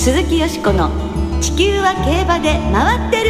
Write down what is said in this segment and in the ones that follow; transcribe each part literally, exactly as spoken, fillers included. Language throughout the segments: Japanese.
鈴木よしこの地球は競馬で回ってる。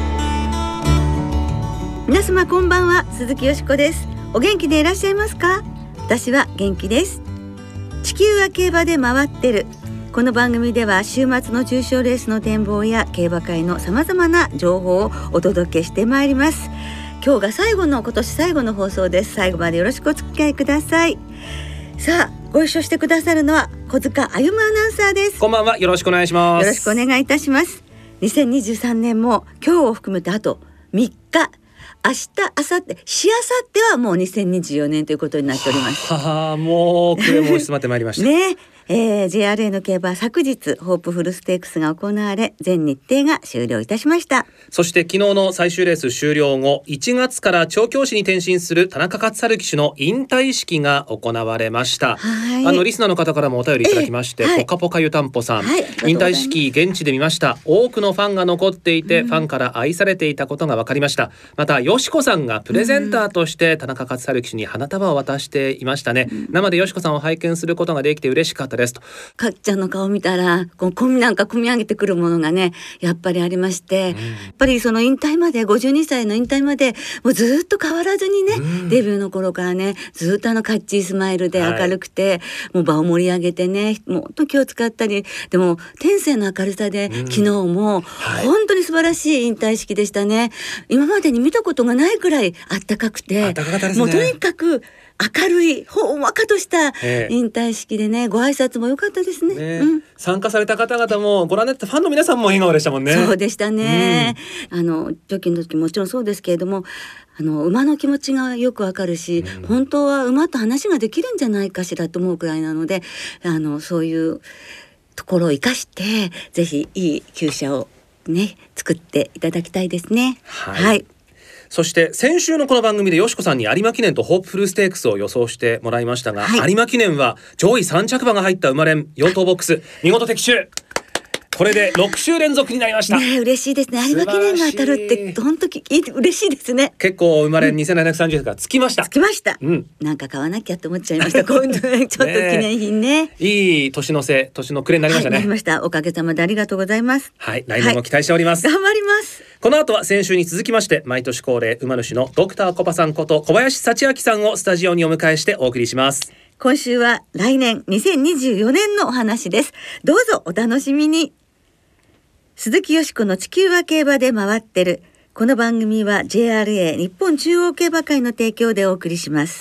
皆様こんばんは、鈴木よしこです。お元気でいらっしゃいますか？私は元気です。地球は競馬で回ってる。この番組では週末の重賞レースの展望や競馬界のさまざまな情報をお届けしてまいります。今日が最後の今年最後の放送です。最後までよろしくお付き合いください。さあ、ご一緒してくださるのは小塚歩アナウンサーです。 こんばんは、よろしくお願いします。 よろしくお願いいたします。にせんにじゅうさんねんも今日を含めてあとみっか、明日、明後日、しあさってはもうにせんにじゅうよねんということになっております。 はあ、もう暮れも迫ってまいりましたね。えー、ジェイアールエー の競馬、昨日ホープフルステークスが行われ、全日程が終了いたしました。 そして昨日の最終レース終了後、いちがつから調教師に転身する田中勝春騎手の引退式が行われました。はい、あのリスナーの方からもお便りいただきまして、はい、ポカポカ湯たんぽさん、はい、引退式現地で見ました。多くのファンが残っていて、うん、ファンから愛されていたことが分かりました。またよしこさんがプレゼンターとして田中勝春騎手に花束を渡していましたね。うん、生でよしこさんを拝見することができて嬉しかったですと。 かっちゃんの顔見たらこう込みなんか込み上げてくるものがね、やっぱりありまして、うん、やっぱりその引退までごじゅうにさいの引退までもうずっと変わらずにね、うん、デビューの頃からねずっとあのカッチースマイルで明るくて、はい、もう場を盛り上げてね、もう本当気を使ったり、でも天性の明るさで、うん、昨日も本当に素晴らしい引退式でしたね。はい、今までに見たことがないくらいあったかくて、 あったかかったですね。 もうとにかく明るいほんわかとした引退式でね、ご挨拶も良かったですね。ね、うん、 参加された方々もご覧になったファンの皆さんも笑顔でしたもんね。 そうでしたね。うん、あの時の時もちろんそうですけれども、あの馬の気持ちがよくわかるし、うん、本当は馬と話ができるんじゃないかしらと思うくらいなので、あのそういうところを生かしてぜひいい厩舎をね作っていただきたいですね。 はい、はい。そして先週のこの番組でよしこさんに有馬記念とホープフルステークスを予想してもらいましたが、はい、有馬記念は上位さん着馬が入った馬連よん頭ボックス見事的中。これでろく週連続になりました。 ね、嬉しいですね。有馬記念が当たるって本当に嬉しいですね。 結構馬連にせんななひゃくさんじゅうがつきました。 つきました。うん、なんか買わなきゃって思っちゃいました。今度ちょっと記念品ね。 ね、いい年の瀬、年の暮れになりましたね。 はい、なりました。おかげさまでありがとうございます。 はい、来年も期待しております。 はい、頑張ります。 この後は先週に続きまして毎年恒例馬主のドクターコパさんこと小林幸明さんをスタジオにお迎えしてお送りします。 今週は来年にせんにじゅうよねんのお話です。どうぞお楽しみに。鈴木よしこの地球は競馬で回ってる。この番組は ジェイアールエー 日本中央競馬会の提供でお送りします。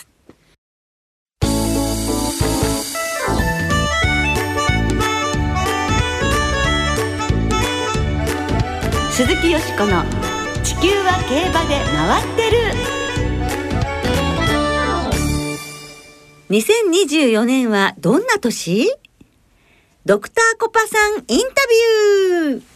鈴木よしこの地球は競馬で回ってる。にせんにじゅうよねんはどんな年？ドクターコパさんインタビュー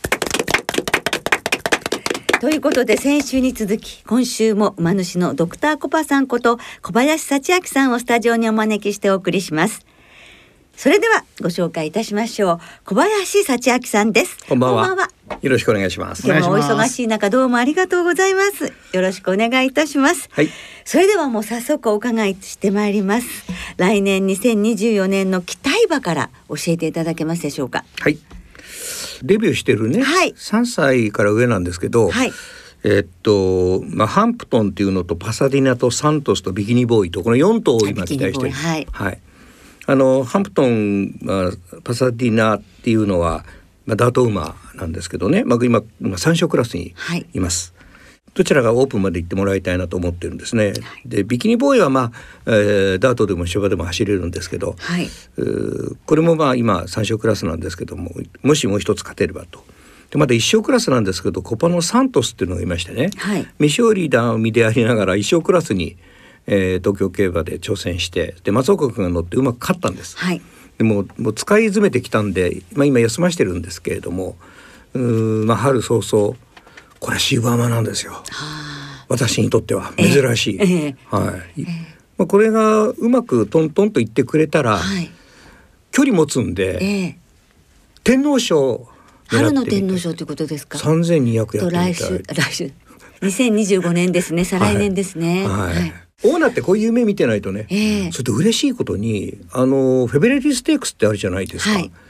ということで、先週に続き今週も馬主のドクターコパさんこと小林幸明さんをスタジオにお招きしてお送りします。それではご紹介いたしましょう。小林幸明さんです。 こんばんは。こんばんは。よろしくお願いします。 今日もお忙しい中どうもありがとうございます。よろしくお願いいたします。 はい。 それではもう早速お伺いしてまいります。来年にせんにじゅうよねんの期待馬から教えていただけますでしょうか。 はい。デビューしてるね、はい、さんさいから上なんですけど、はい、えー、っとまあ、ハンプトンっていうのとパサディナとサントスとビキニボーイとこのよん頭を今期待してる。はい、はい、あのハンプトン、まあ、パサディナっていうのは、まあ、ダート馬なんですけどね、まあ、今、今さん勝クラスにいます。はい、どちらがオープンまで行ってもらいたいなと思ってるんですね。でビキニボーイは、まあえー、ダートでも芝でも走れるんですけど、はい、これもまあ今さん勝クラスなんですけども、もしもう一つ勝てればと。でまだいち勝クラスなんですけど、コパのサントスっていうのがいましてね、はい、未勝利ダーでありながらいち勝クラスに、えー、東京競馬で挑戦して、で松岡君が乗ってうまく勝ったんです。はい、でももう使い詰めてきたんで、まあ、今休ましてるんですけれども、うー、まあ、春早々これはシーバーマなんですよ。私にとっては珍しい、えーえーはいえーまあ、これがうまくトントンと言ってくれたら、はい、距離持つんで、えー、天皇賞春の天皇賞ということですか。 さんぜんにひゃくやってみたい。 来週来週にせんにじゅうごねんですね。再来年ですね。 はいはいはい、オーナーってこういう夢見てないとね、えー、それと嬉しいことにあのフェブレリーステークスってあるじゃないですか。はい、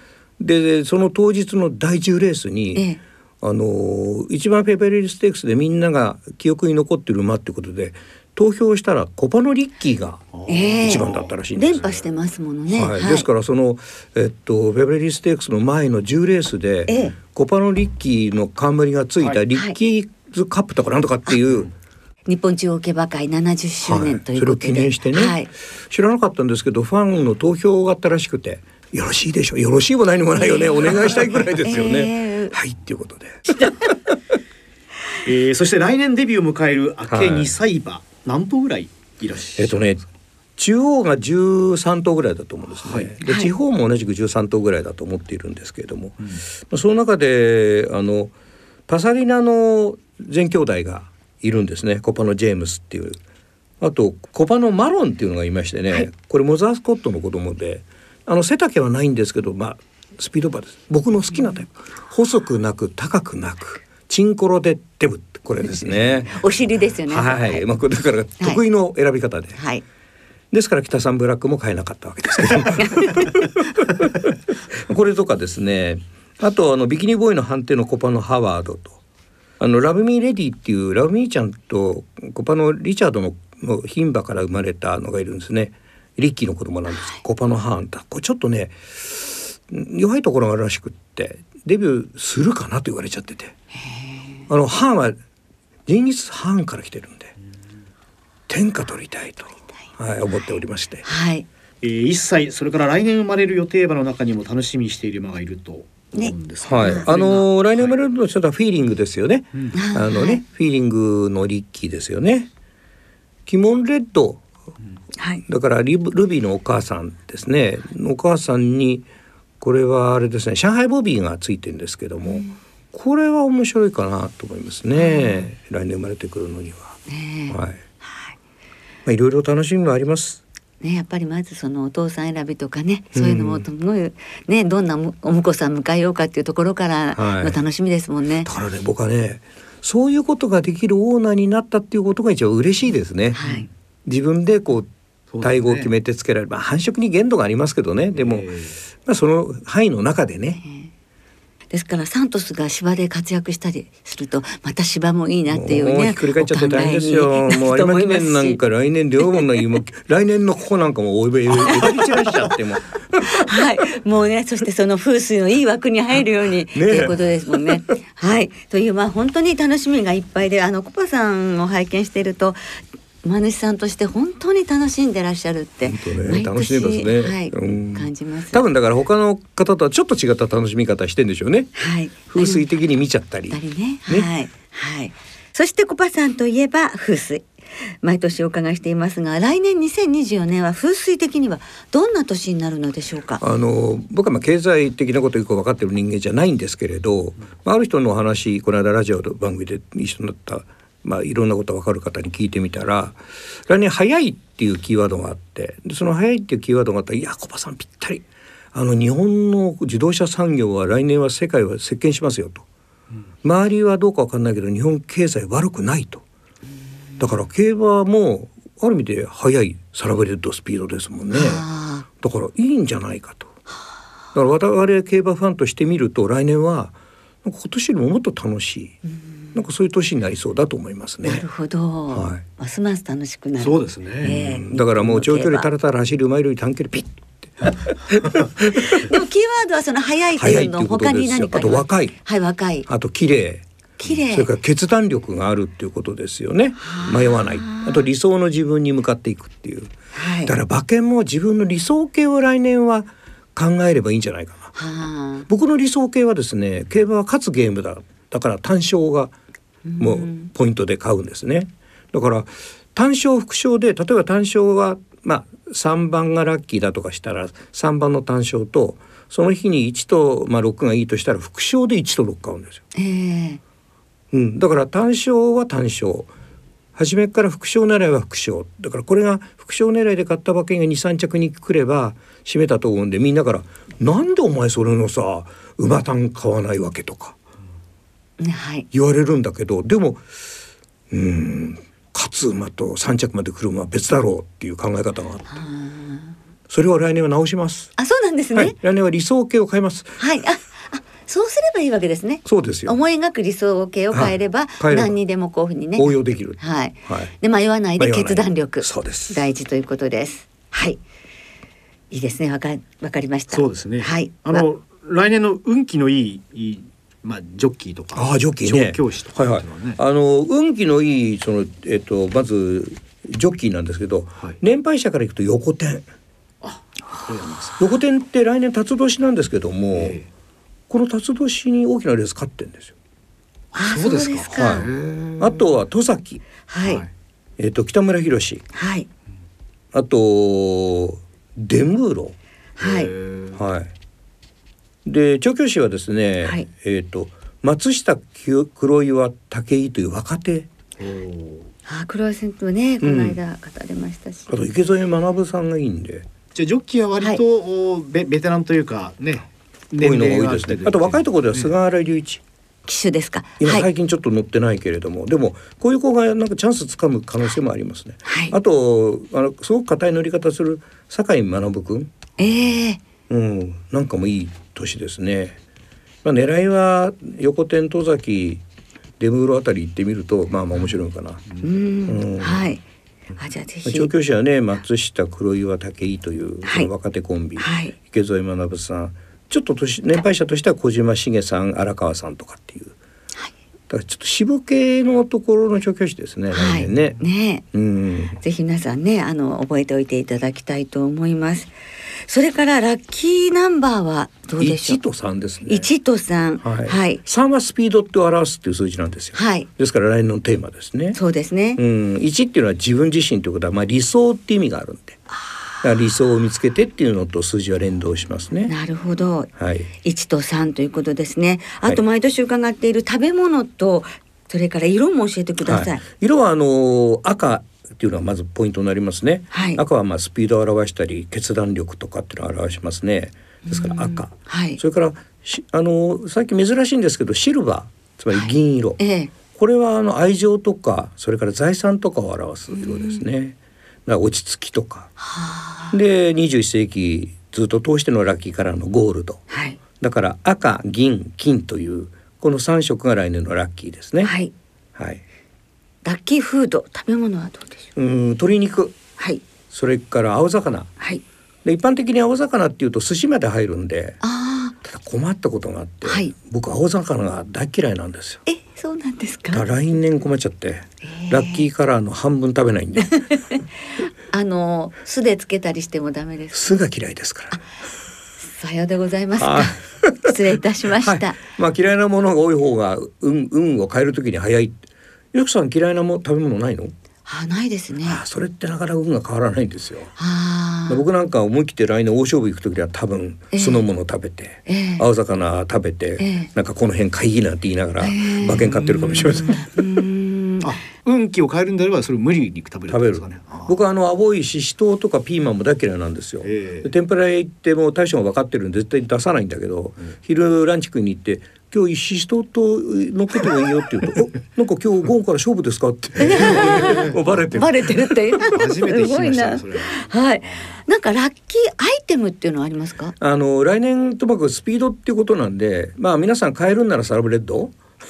でその当日のだいじゅうレースに、ええ、あの一番ペーパーレディステークスでみんなが記憶に残ってる馬ってことで投票したらコパノリッキーが一番だったらしいんです、 えー、連覇してますものね、 はいはい、ですからその、えっと、ペーパーレディステークスの前のじゅうレースで、ええ、コパノリッキーの冠がついたリッキーズカップとかなんとかっていう、はい、 日本中央競馬会ななじゅっしゅうねんということで、はい、それを記念してね、はい、知らなかったんですけどファンの投票があったらしくてよろしいでしょうよろしいも何もないよね、えー、お願いしたいくらいですよね、えー、はいっていうことで、 えー、そして来年デビューを迎える明けにさい馬、はい、何頭ぐらいいらっしゃる？ えっとね中央がじゅうさん頭ぐらいだと思うんですね、はい、で地方も同じくじゅうさん頭ぐらいだと思っているんですけれども、うん、その中であのパサリナの全兄弟がいるんですね。コパのジェームスっていう、あとコパのマロンっていうのがいましてね、はい、これモザースコットの子供であの背丈はないんですけど、まあ、スピード馬です。僕の好きなタイプ、細くなく高くなくチンコロでデブってこれですねお尻ですよね、 はい、まあ、だから得意の選び方で、はい、ですから北さんブラックも買えなかったわけですけどこれとかですね、あとあのビキニボーイの判定のコパのハワードとあのラブミーレディっていうラブミーちゃんとコパのリチャード の, の牝馬から生まれたのがいるんですね。リッキーの子供なんです、はい、コパのハーンだ。これちょっとね弱いところがあるらしくってデビューするかなと言われちゃってて、あのハーンはジンギスハーンから来てるんで天下取りたいと、はい、思っておりまして、 はい、 えー、いっさいそれから来年生まれる予定馬の中にも楽しみにしている馬がいると思うんですが、 ね、はい、あのー、来年生まれるのはフィーリングですよね、はい、あのね、はい、フィーリングのリッキーですよね。キモンレッド、はい、だからリブルビーのお母さんですね。お母さんにこれはあれですね、上海ボビーがついてるんですけども、うん、これは面白いかなと思いますね、うん、来年生まれてくるのには、ね、はい、はい、まあ、いろいろ楽しみもありますね。やっぱりまずそのお父さん選びとかね、そういうのもすごい、ね、どんなお婿さん迎えようかっていうところからの楽しみですもんね、はい、 だからね僕はねそういうことができるオーナーになったっていうことが一番嬉しいですね、はい、自分でこう対応を決めてつけられる、まあ、繁殖に限度がありますけどね、でも、まあ、その範囲の中でね、 ですからサントスが芝で活躍したりするとまた芝もいいなっていうね、もうひっくり返っちゃって大変ですよ。もう有馬記念なんか来年両門の来年のここなんかもおいべり散らしちゃってもはい、もうね、そしてその風水のいい枠に入るようにということですもんね。はい、というまあ本当に楽しみがいっぱいで、あのコパさんを拝見していると馬主さんとして本当に楽しんでらっしゃるって本当、ね、楽しんでますね、 はい、うん、感じます。 多分だから他の方とはちょっと違った楽しみ方してんでしょうね、はい、風水的に見ちゃったり、 ねね、はいはい、そしてコパさんといえば風水、毎年お伺いしていますが、来年にせんにじゅうよねんは風水的にはどんな年になるのでしょうか。 あの僕はまあ経済的なことよく分かっている人間じゃないんですけれど、うん、ある人のお話、この間ラジオの番組で一緒になったまあ、いろんなこと分かる方に聞いてみたら、来年早いっていうキーワードがあって、でその早いっていうキーワードがあったら、いやコパさんぴったり、あの日本の自動車産業は来年は世界は席巻しますよと、うん、周りはどうか分かんないけど日本経済悪くないと、だから競馬もある意味で早いサラブレッドスピードですもんね。だからいいんじゃないかと。だから我々競馬ファンとしてみると、来年はなんか今年よりももっと楽しい、うん、なんかそういう年になりそうだと思いますね。 なるほど、はい、ますます楽しくなる。 そうですね、 えー、 だからもう長距離タラタラ走る馬より短距離ピッでもキーワードはその速いというの他に何かあと若い、 はい、若い、 あと綺麗、 綺麗、 それから決断力があるっていうことですよね。迷わない、あと理想の自分に向かっていくっていう、はい、だから馬券も自分の理想形を来年は考えればいいんじゃないかな。は僕の理想形はですね、競馬は勝つゲームだ、だから単勝がもうポイントで買うんですね。だから単勝副勝で、例えば単勝はまあさんばんがラッキーだとかしたらさんばんの単勝と、その日にいちと、まあ、ろくがいいとしたら副勝でいちとろく買うんですよ、えーうん、だから単勝は単勝、初めから副賞狙いは副賞だから、これが副賞狙いで買った馬券が にさん着に来れば締めたと思うんで、みんなからなんでお前それのさ馬単買わないわけとか言われるんだけど、でもうーん勝つ馬とさん着まで来る馬は別だろうっていう考え方があって、 それを来年は直します。 あ、そうなんですね、はい、 来年は理想形を変えます。 はい、あ、あ、そうすればいいわけですね。 そうですよ。 思い描く理想形を変えれば、はい、何にでもこういうふうにね応用できる。 はい、はい、で迷わないで決断力、 そうです、 大事ということです。はい、いいですね。わかわかりました。 そうですね。 はい。 あの来年の運気のいい、いいまあジョッキーとか、 あ、ジョッキーね、 調教師とか、 はいはい、あの運気のいいそのえっとまずジョッキーなんですけど、はい、年配者からいくと横転。 あ、 横転って来年辰年なんですけども、えー、この辰年に大きなレース勝ってるんですよ。 あ、そうですか。 はい、あとは戸崎、 はい、 えっと北村博士、 はい、 あとデムーロ、 はいはい、で調教師はですね、はい、えっと松下黒岩武井という若手。 あ、黒井先生ね、この間語れましたし、 うん、あと池添学さんがいいんで、 じゃあジョッキーは割と、はい、ベ, ベテランというかね、 多いのが多いですね。あと若いところでは菅原隆一、 騎手ですか。 今最近ちょっと乗ってないけれども、はい、でもこういう子がなんかチャンスつかむ可能性もありますね。 はい、 あとあのすごく硬い乗り方する酒井学君、 えーうん、なんかもいい年ですね。まあ、狙いは横転戸崎デムーロあたり行ってみるとまあまあ面白いのかな。 うん、うん、はい。あ、じゃあぜひ。 調教師はね、松下黒岩武井というその若手コンビ、はい、池添学さん、ちょっと年年配者としては小島茂さん、荒川さんとかっていう、はい、だからちょっと渋系のところの調教師ですね、はい、来年ね。 ね、 うん、 ぜひ皆さんね、あの覚えておいていただきたいと思います。それからラッキーナンバーはどうでしょう。 いちとさんですね。 いちとさん、 はいはい、 さんはスピードって表すっていう数字なんですよ。 はい、 ですから来年のテーマですね。 そうですね。 うん、いちっていうのは自分自身ということは、まあ、理想っていう意味があるんで、理想を見つけてっていうのと数字は連動しますね。 なるほど、 はい、 いちとさんということですね。あと毎年伺っている食べ物と、それから色も教えてください。はい、 色はあの赤っていうのはまずポイントになりますね。 はい、 赤はまあスピードを表したり決断力とかっていうのを表しますね。ですから赤、 はい、 それからあの最近珍しいんですけどシルバー、つまり銀色、はい、ええ、これはあの愛情とかそれから財産とかを表す色ですね。だから落ち着きとかでにじゅういっ世紀ずっと通してのラッキーカラーのゴールド、はい、だから赤銀金というこのさん色が来年のラッキーですね。はい、はい、 ラッキーフード、食べ物はどうでしょう。 うん、鶏肉、 はい、 それから青魚、 はい、 で一般的に青魚っていうと寿司まで入るんで、 あ、 ただ困ったことがあって、 はい、 僕青魚が大嫌いなんですよ。 え、そうなんですか。 だ来年困っちゃって、えー、ラッキーカラーの半分食べないんであの酢でつけたりしてもダメです。 酢が嫌いですから。 さようでございますか。失礼いたしました。はい、 まあ嫌いなものが多い方が運、運を変えるときに早い。よくさん嫌いなも食べ物ないの？ あ、ないですね。 あ、それってなかなか運が変わらないんですよ。あ、僕なんか思い切って来年大勝負行くときは多分酢の物食べて、えー、青魚食べて、えー、なんかこの辺会議なんて言いながら、えー、馬券買ってるかもしれません。 うんあ、運気を変えるんであればそれ無理に食べるんですかね。 僕はあの青いししとうとかピーマンも大嫌いなんですよ。えー、天ぷら屋行っても大将が分かってるんで絶対出さないんだけど、うん、昼ランチ食いに行って今日ししとうと乗っけてもいいよって言うとお、なんか今日午後から勝負ですかってもうバレてるバレてるって初めて聞きましたね、それは。 はい、なんかラッキーアイテムっていうのはありますか。 あの来年ともかくスピードっていうことなんで、まあ皆さん買えるんならサラブレッド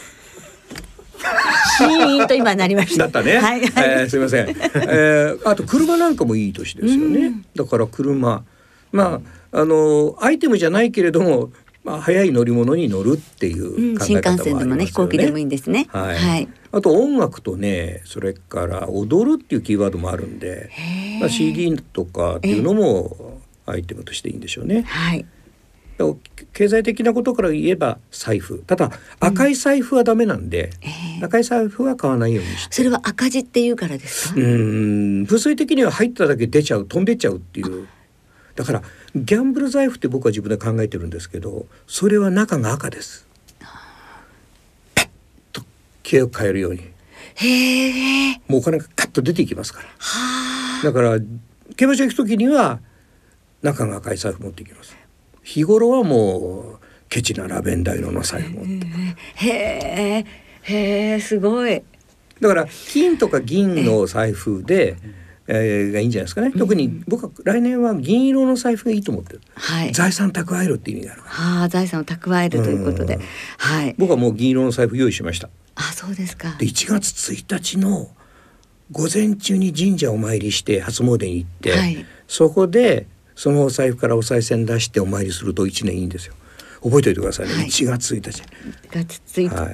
シーンと今なりましただったね。はい、はい、えー、すいません、えー、あと車なんかもいい年ですよね。だから車、まああのアイテムじゃないけれども、まあ、速い乗り物に乗るっていう考え方もありますよね。 新幹線でもね、飛行機でもいいんですね。 はいはい、あと音楽とね、それから踊るっていうキーワードもあるんで、まあ、シーディー とかっていうのもアイテムとしていいんでしょうね。はい、経済的なことから言えば財布、ただ赤い財布はダメなんで、うん、赤い財布は買わないようにして。 それは赤字っていうからですか。 うーん、風水的には入っただけ出ちゃう、飛んでっちゃうっていう。だからギャンブル財布って僕は自分で考えてるんですけど、それは中が赤です。パッと気を変えるように、 へー、 もうお金がカッと出ていきますから。はだから競馬場行く時には中が赤い財布持っていきます。日頃はもうケチなラベンダー色の財布持って。 へーへー、すごい。 だから金とか銀の財布でえー、がいいんじゃないですかね。特に僕は来年は銀色の財布がいいと思ってる、 はい、 財産蓄えるっていう意味があるから、 はあ、財産を蓄えるということで、はい、 僕はもう銀色の財布用意しました。 あ、そうですか。 でいちがつついたちの午前中に神社お参りして初詣に行って、はい、そこでそのお財布からお賽銭出してお参りするといちねんいいんですよ。覚えておいてくださいね、はい、いちがつついたち。いちがつついたち、はい、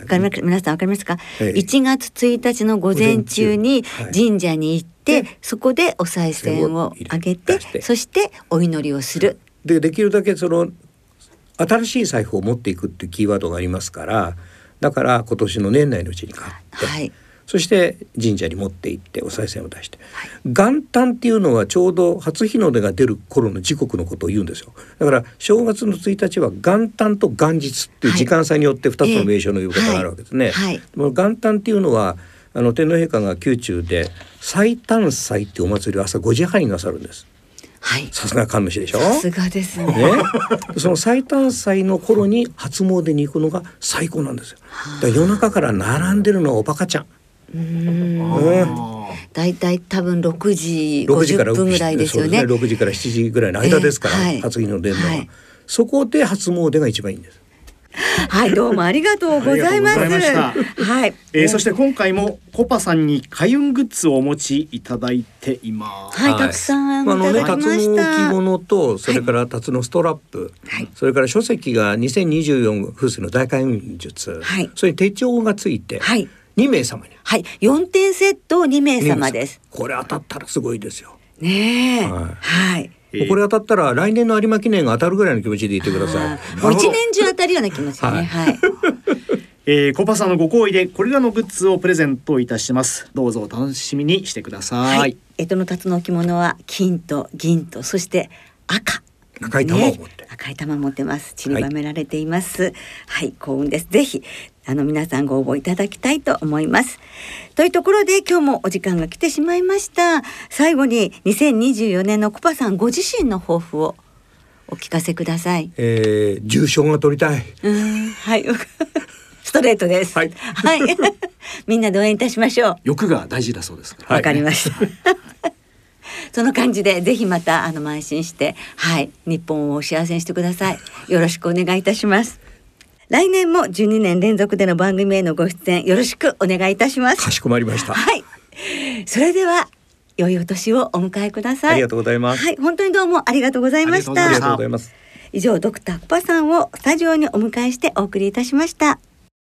皆さん分かりますか、はい、いちがつついたちの午前中に神社に行って、はい、そこでお賽銭をあげて、そしてお祈りをする。 でできるだけその新しい財布を持っていくっていうキーワードがありますから、だから今年の年内のうちに買って、はい、そして神社に持って行ってお賽銭を出して、はい、元旦っていうのはちょうど初日の出が出る頃の時刻のことを言うんですよ。だから正月のついたちは元旦と元日っていう時間差によってふたつの名称の呼び方があるわけですね、はいはい、元旦っていうのはあの天皇陛下が宮中で祭誕祭っていうお祭りを朝ごじはんになさるんです。はい、さすが神主でしょ。 さすがですね。ねその祭誕祭の頃に初詣に行くのが最高なんですよ。だから夜中から並んでるのはおバカちゃん。うーん、だいたい多分ろくじごじゅっぷんぐらいですよね。 ろくじからしちじぐらいの間ですから、えーはい、初日の出るのは、はい、そこで初詣が一番いいんです。 はい、どうもありがとうございます。はい、 えー、そして今回もコパさんに開運グッズをお持ちいただいています。 はい、たくさんいただきました。 あのね、辰の置物と、それから辰のストラップ、はい、それから書籍がにせんにじゅうよん風水の大開運術、はい、それに手帳がついて、はい、にめいさまに、 はい、よんてんセットをにめいさまです。 これ当たったらすごいですよねえ、はい、はい、 これ当たったら来年の有馬記念が当たるぐらいの気持ちでいてください。 もう一年中当たるような気持ちね。はい、はい、 えー、コパさんのご好意でこれらのグッズをプレゼントいたします。どうぞお楽しみにしてください。はい、 干支の辰の置物は金と銀とそして赤、 赤い玉を持って、ね、 赤い玉を持ってます。散りばめられています。はい、はい、幸運です。ぜひあの皆さんご応募いただきたいと思います。というところで今日もお時間が来てしまいました。最後ににせんにじゅうよねんのコパさんご自身の抱負をお聞かせください。 えー、重賞が取りたい。 うん、はいストレートです。はい、はい、みんなで応援いたしましょう。 欲が大事だそうです。 わ、はい、かりましたその感じでぜひまたあの邁進して、はい、日本を幸せにしてください。よろしくお願いいたします。来年もじゅうにねん連続での番組へのご出演よろしくお願いいたします。 かしこまりました。 はい、それでは良いお年をお迎えください。 ありがとうございます。 はい、本当にどうもありがとうございました。 ありがとうございます。 以上ドクターコパさんをスタジオにお迎えしてお送りいたしました。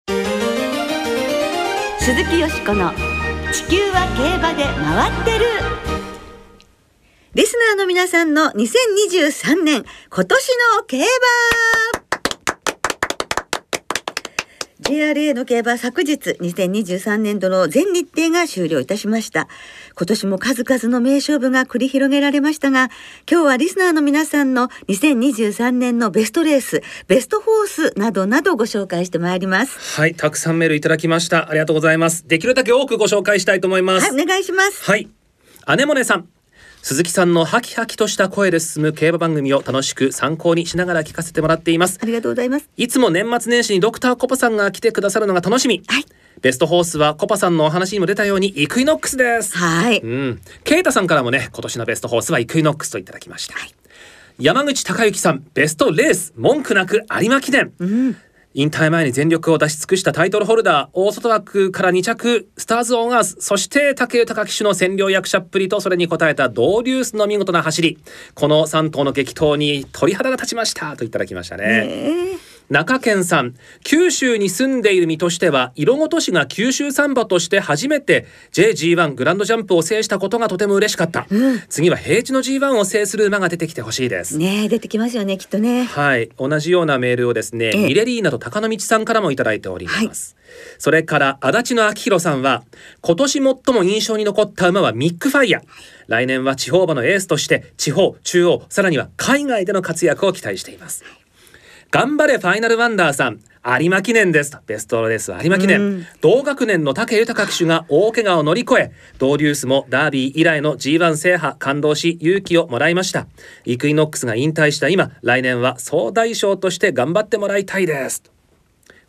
鈴木よしこの地球は競馬で回ってる。リスナーの皆さんのにせんにじゅうさんねん今年の競馬、ジェイアールエー の競馬昨日にせんにじゅうさんねん度の全日程が終了いたしました。今年も数々の名勝負が繰り広げられましたが、今日はリスナーの皆さんのにせんにじゅうさんねんのベストレース、ベストホースなどなどご紹介してまいります。 はい、たくさんメールいただきました。ありがとうございます。できるだけ多くご紹介したいと思います。 はい、お願いします。 はい、アネモネさん、鈴木さんのハキハキとした声で進む競馬番組を楽しく参考にしながら聞かせてもらっています。 ありがとうございます。 いつも年末年始にドクターコパさんが来てくださるのが楽しみ。はい、ベストホースはコパさんのお話にも出たようにイクイノックスです。 はい、 うん、ケイタさんからもね、今年のベストホースはイクイノックスといただきました。はい、山口孝之さん、ベストレース文句なく有馬記念、うん、引退前に全力を出し尽くしたタイトルホルダー大外枠からに着スターズオンアース、そして武豊騎手の千両役者っぷりとそれに応えたドーリュースの見事な走り、このさん頭の激闘に鳥肌が立ちましたといただきましたね。中堅さん、九州に住んでいる身としては色ごとしが九州サンバとして初めて ジェイジーワン グランドジャンプを制したことがとても嬉しかった、うん、次は平地の ジーワン を制する馬が出てきてほしいですね。出てきますよね、きっとね。 はい、同じようなメールをですね、ミレリーナと高野道さんからもいただいております、はい、それから足立の明宏さんは、今年最も印象に残った馬はミックファイア、来年は地方馬のエースとして地方、中央、さらには海外での活躍を期待しています。頑張れファイナルワンダーさん、有馬記念ですと。ベストレースは有馬記念、同学年の武豊騎手が大怪我を乗り越え、ドーデュースもダービー以来の ジーワン 制覇、感動し勇気をもらいました。イクイノックスが引退した今、来年は総大将として頑張ってもらいたいですと。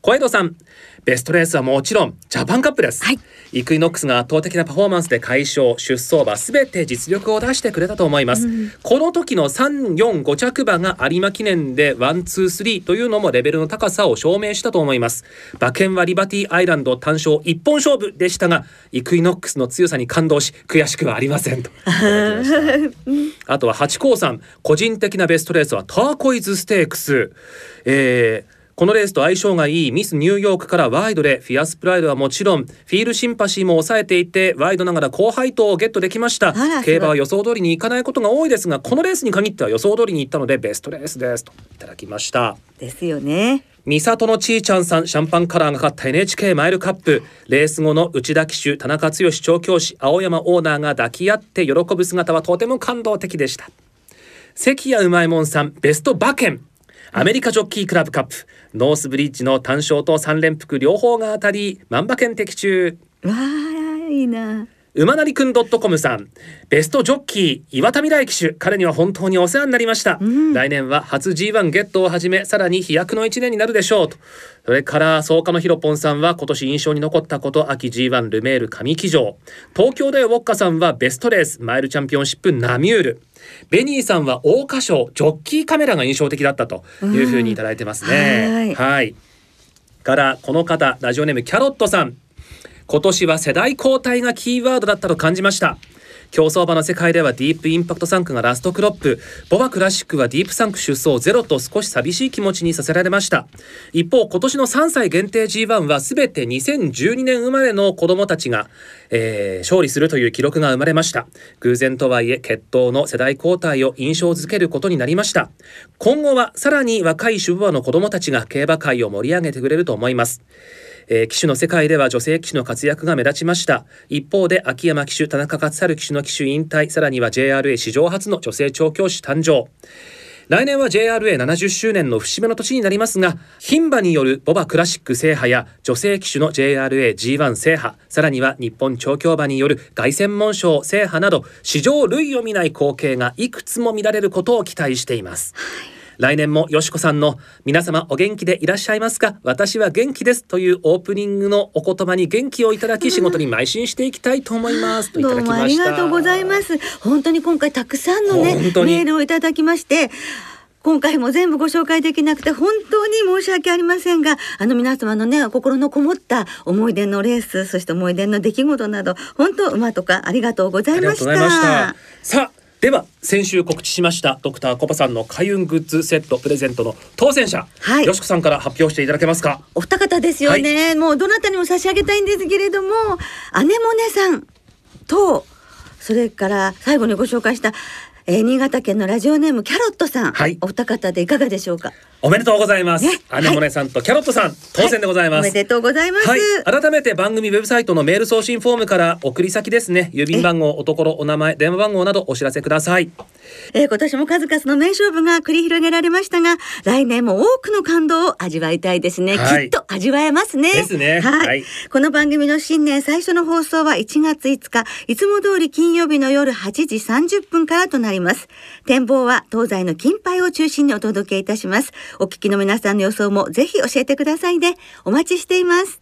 小江戸さん、ベストレースはもちろんジャパンカップです、 はい、 イクイノックスが圧倒的なパフォーマンスで快勝、出走馬すべて実力を出してくれたと思います、うん、この時のさん、よん、ご着馬が有馬記念でワン、ツー、スリーというのもレベルの高さを証明したと思います。馬券はリバティアイランド単勝一本勝負でしたが、イクイノックスの強さに感動し悔しくはありませんとあとは八甲さん、個人的なベストレースはターコイズステークス、えーこのレースと相性がいいミスニューヨークからワイドで、フィアスプライドはもちろんフィールシンパシーも抑えていて、ワイドながら高配当をゲットできました。競馬は予想通りにいかないことが多いですが、このレースに限っては予想通りにいったのでベストレースですといただきました。 ですよね。 三里のちーちゃんさん、シャンパンカラーが勝った エヌエイチケー マイルカップ、レース後の内田騎手、田中剛調教師、青山オーナーが抱き合って喜ぶ姿はとても感動的でした。関谷うまいもんさん、ベスト馬券、アメリカジョッキークラブカップ、ノースブリッジの単勝とさん連複両方が当たり万馬券的中。 わー、いいな。 馬なりくん .com さん、ベストジョッキー岩田未来騎手、彼には本当にお世話になりました、うん、来年は初 ジーワン ゲットをはじめ、さらに飛躍のいちねんになるでしょうと。それから草加のひろぽんさんは、今年印象に残ったこと、秋 ジーワン ルメール上騎乗。東京でウォッカさんはベストレースマイルチャンピオンシップナミュール。ベニーさんは桜花賞ジョッキーカメラが印象的だったというふうにいただいてますね。はい、はい、からこの方、ラジオネームキャロットさん、今年は世代交代がキーワードだったと感じました。競走馬の世界ではディープインパクトサンクがラストクロップ、ボバクラシックはディープサンク出走ゼロと少し寂しい気持ちにさせられました。一方、今年のさんさい限定 ジーワン はすべてにせんじゅうにねん生まれの子供たちが、えー、勝利するという記録が生まれました。偶然とはいえ血統の世代交代を印象づけることになりました。今後はさらに若い種馬の子供たちが競馬界を盛り上げてくれると思います。えー、騎手の世界では女性騎手の活躍が目立ちました。一方で秋山騎手、田中勝春騎手の騎手引退、さらには ジェイアールエー 史上初の女性調教師誕生。来年は ジェイアールエーななじゅっしゅうねんの節目の年になりますが、牝馬によるボバクラシック制覇や女性騎手の ジェイアールエージーワン 制覇、さらには日本調教馬による凱旋門賞制覇など、史上類を見ない光景がいくつも見られることを期待しています。来年もよしこさんの皆様お元気でいらっしゃいますか、私は元気ですというオープニングのお言葉に元気をいただき、仕事に邁進していきたいと思いますといただきました。 どうもありがとうございます。本当に今回たくさんのねメールをいただきまして、今回も全部ご紹介できなくて本当に申し訳ありませんが、あの皆様のね心のこもった思い出のレース、そして思い出の出来事など、本当馬とかありがとうございました。ありがとうございました。 さあでは、先週告知しましたドクターコパさんの開運グッズセットプレゼントの当選者、はい、よしこさんから発表していただけますか。 お二方ですよね、はい、もうどなたにも差し上げたいんですけれども、アネモネさんと、それから最後にご紹介した、えー、新潟県のラジオネームキャロットさん、はい、お二方でいかがでしょうか。 おめでとうございます、ね、アネモネさんとキャロットさん、はい、当選でございます、 はい、おめでとうございます、 はい、改めて番組ウェブサイトのメール送信フォームから送り先ですね、郵便番号、おところ、お名前、電話番号などお知らせください。 えー、今年も数々の名勝負が繰り広げられましたが、来年も多くの感動を味わいたいですね、はい、きっと味わえますね。 ですね、 はいはい、この番組の新年最初の放送はいちがついつか、いつも通り金曜日の夜はちじさんじゅっぷんからとなります。展望は東西の金杯を中心にお届けいたします。お聞きの皆さんの予想もぜひ教えてくださいね。お待ちしています。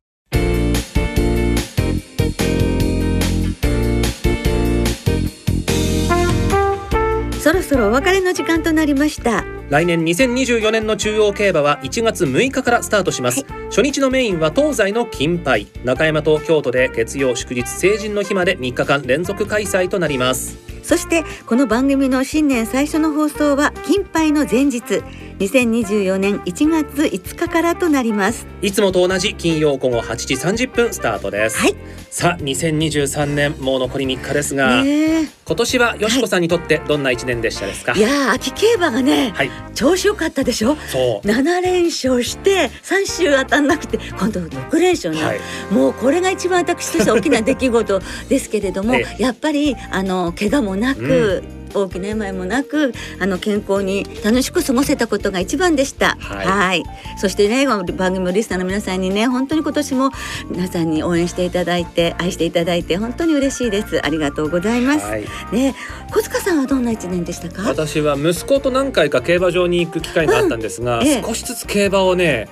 そろそろお別れの時間となりました。 来年にせんにじゅうよねんの中央競馬はいちがつむいかからスタートします、はい、初日のメインは東西の金杯、中山と京都で月曜祝日成人の日までみっかかん連続開催となります。 そしてこの番組の新年最初の放送は金杯の前日、にせんにじゅうよねんいちがついつかからとなります。 いつもと同じ金曜午後はちじさんじゅっぷんスタートです、はい、さあにせんにじゅうさんねんもう残りみっかですが、ね、今年はよしこさんにとってどんないちねんでしたですか。 はい、いや秋競馬がね、はい、調子良かったでしょ。 そうななれんしょうしてさん週当たんなくて今度ろくれんしょうね、はい、もうこれが一番私としては大きな出来事ですけれども、ええ、やっぱりあの怪我もなく、うん、大きな病もなく、あの健康に楽しく過ごせたことが一番でした。はい、はい、そしてね、番組のリスナーの皆さんにね、本当に今年も皆さんに応援していただいて、愛していただいて本当に嬉しいです。ありがとうございます、はい、ね、小塚さんはどんないちねんでしたか。 私は息子と何回か競馬場に行く機会があったんですが、うん、ええ、少しずつ競馬をね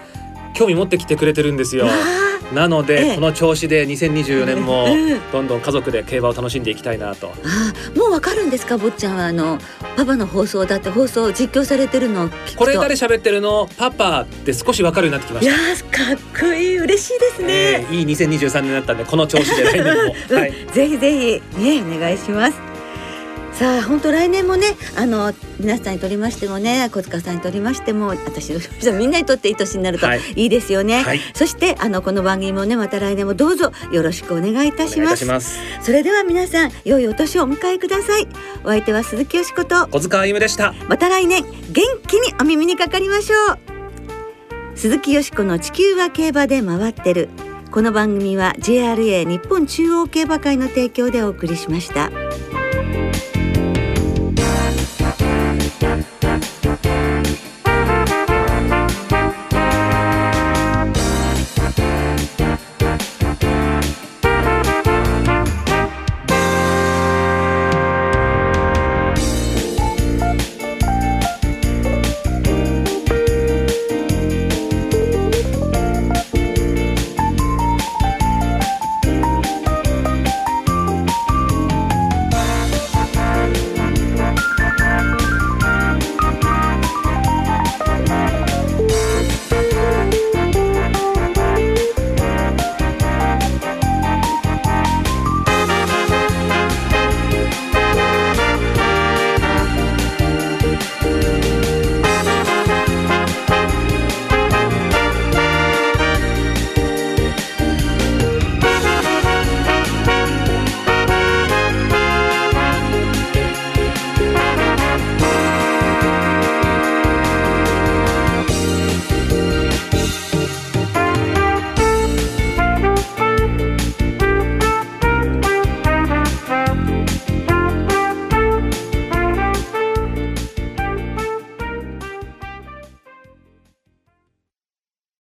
興味持ってきてくれてるんですよ。なので、ええ、この調子でにせんにじゅうよねんもどんどん家族で競馬を楽しんでいきたいなと。 あもうわかるんですか、坊ちゃんはあのパパの放送だって放送実況されてるのを聞くと、 これ誰喋ってるのパパって少しわかるようになってきました。 いやかっこいい、嬉しいですね、 えー、いいにせんにじゅうさんねんだったんでこの調子で来年も、はい、 ぜひぜひねお願いします。さあ本当来年もねあの皆さんにとりましてもね小塚さんにとりましても私のみんなにとっていい年になるといいですよね、はいはい、そしてあのこの番組もねまた来年もどうぞよろしくお願いいたします。それでは皆さん良いお年をお迎えください。お相手は鈴木よしこと小塚あゆむでした。 また来年元気にお耳にかかりましょう。鈴木よしこの地球は競馬で回ってる。この番組は ジェイアールエー 日本中央競馬会の提供でお送りしました。